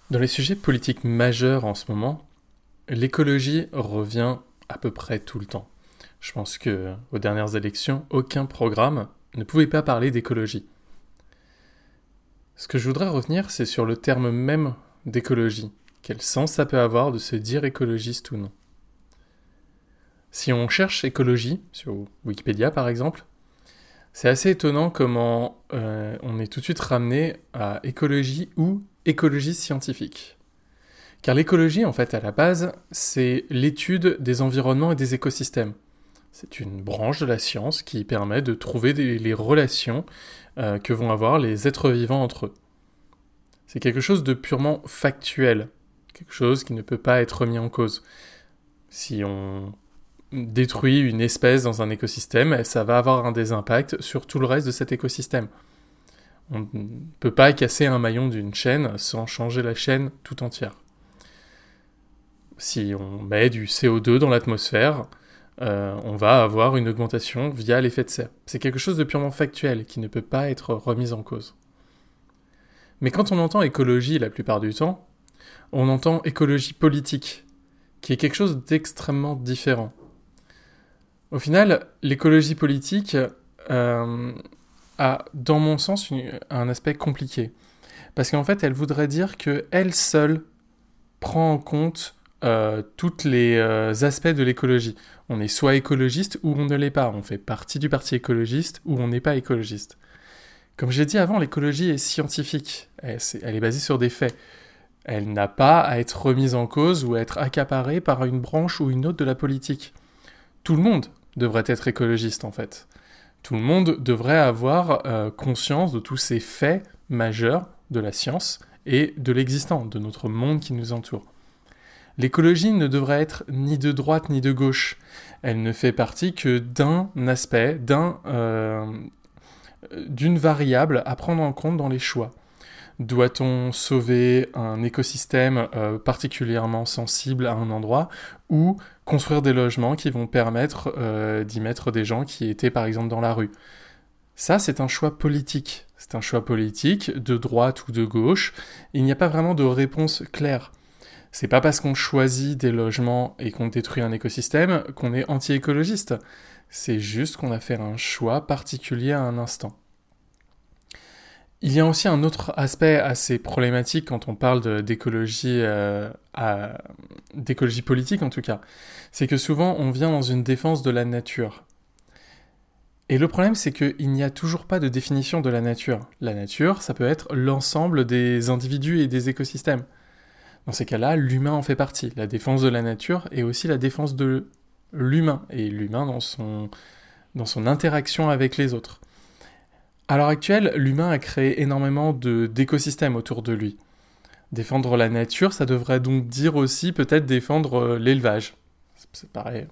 Dans les sujets politiques majeurs en ce moment, l'écologie revient à peu près tout le temps. Je pense que aux dernières élections, aucun programme ne pouvait pas parler d'écologie. Ce que je voudrais revenir, c'est sur le terme même d'écologie. Quel sens ça peut avoir de se dire écologiste ou non? Si on cherche écologie, sur Wikipédia par exemple, c'est assez étonnant comment on est tout de suite ramené à écologie ou écologie scientifique. Car l'écologie, en fait, à la base, c'est l'étude des environnements et des écosystèmes. C'est une branche de la science qui permet de trouver les relations que vont avoir les êtres vivants entre eux. C'est quelque chose de purement factuel, quelque chose qui ne peut pas être remis en cause. Si on détruit une espèce dans un écosystème, ça va avoir des impacts sur tout le reste de cet écosystème. On ne peut pas casser un maillon d'une chaîne sans changer la chaîne tout entière. Si on met du CO2 dans l'atmosphère, on va avoir une augmentation via l'effet de serre. C'est quelque chose de purement factuel qui ne peut pas être remis en cause. Mais quand on entend écologie la plupart du temps, on entend écologie politique, qui est quelque chose d'extrêmement différent. Au final, l'écologie politique a, dans mon sens, un aspect compliqué. Parce qu'en fait, elle voudrait dire qu'elle seule prend en compte tous les aspects de l'écologie. On est soit écologiste ou on ne l'est pas. On fait partie du parti écologiste ou on n'est pas écologiste. Comme j'ai dit avant, l'écologie est scientifique. Elle est basée sur des faits. Elle n'a pas à être remise en cause ou à être accaparée par une branche ou une autre de la politique. Tout le monde devrait être écologiste en fait. Tout le monde devrait avoir conscience de tous ces faits majeurs de la science et de l'existant, de notre monde qui nous entoure. L'écologie ne devrait être ni de droite ni de gauche. Elle ne fait partie que d'un aspect, d'une variable à prendre en compte dans les choix. Doit-on sauver un écosystème particulièrement sensible à un endroit ou construire des logements qui vont permettre d'y mettre des gens qui étaient par exemple dans la rue? Ça, c'est un choix politique. C'est un choix politique de droite ou de gauche. Il n'y a pas vraiment de réponse claire. C'est pas parce qu'on choisit des logements et qu'on détruit un écosystème qu'on est anti-écologiste. C'est juste qu'on a fait un choix particulier à un instant. Il y a aussi un autre aspect assez problématique quand on parle d'écologie, d'écologie politique en tout cas. C'est que souvent on vient dans une défense de la nature. Et le problème, c'est qu'il n'y a toujours pas de définition de la nature. La nature, ça peut être l'ensemble des individus et des écosystèmes. Dans ces cas-là, l'humain en fait partie. La défense de la nature est aussi la défense de l'humain, et l'humain dans son interaction avec les autres. À l'heure actuelle, l'humain a créé énormément d'écosystèmes autour de lui. Défendre la nature, ça devrait donc dire aussi peut-être défendre l'élevage. Ça paraît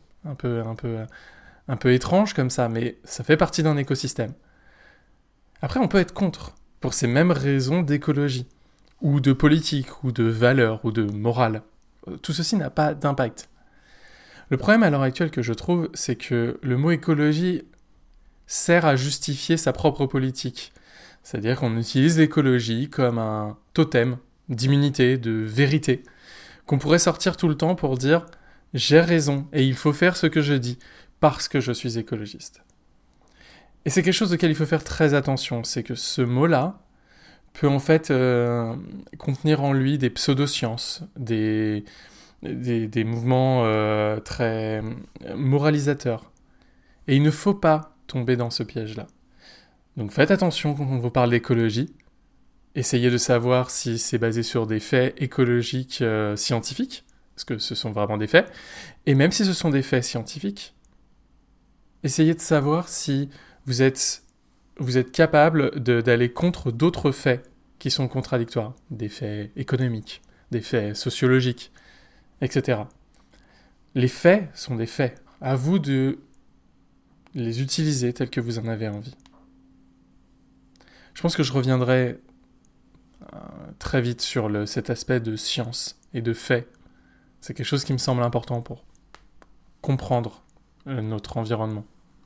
un peu étrange comme ça, mais ça fait partie d'un écosystème. Après, on peut être contre, pour ces mêmes raisons d'écologie, ou de politique, ou de valeur, ou de morale. Tout ceci n'a pas d'impact. Le problème à l'heure actuelle que je trouve, c'est que le mot écologie sert à justifier sa propre politique. C'est-à-dire qu'on utilise l'écologie comme un totem d'immunité, de vérité, qu'on pourrait sortir tout le temps pour dire « j'ai raison et il faut faire ce que je dis parce que je suis écologiste ». Et c'est quelque chose auquel il faut faire très attention, c'est que ce mot-là peut en fait contenir en lui des pseudosciences, des mouvements très moralisateurs. Et il ne faut pas tomber dans ce piège-là. Donc faites attention quand on vous parle d'écologie. Essayez de savoir si c'est basé sur des faits écologiques scientifiques, parce que ce sont vraiment des faits. Et même si ce sont des faits scientifiques, essayez de savoir si vous êtes capable d'aller contre d'autres faits qui sont contradictoires, des faits économiques, des faits sociologiques, etc. Les faits sont des faits. À vous de les utiliser tels que vous en avez envie. Je pense que je reviendrai très vite sur cet aspect de science et de fait. C'est quelque chose qui me semble important pour comprendre notre environnement.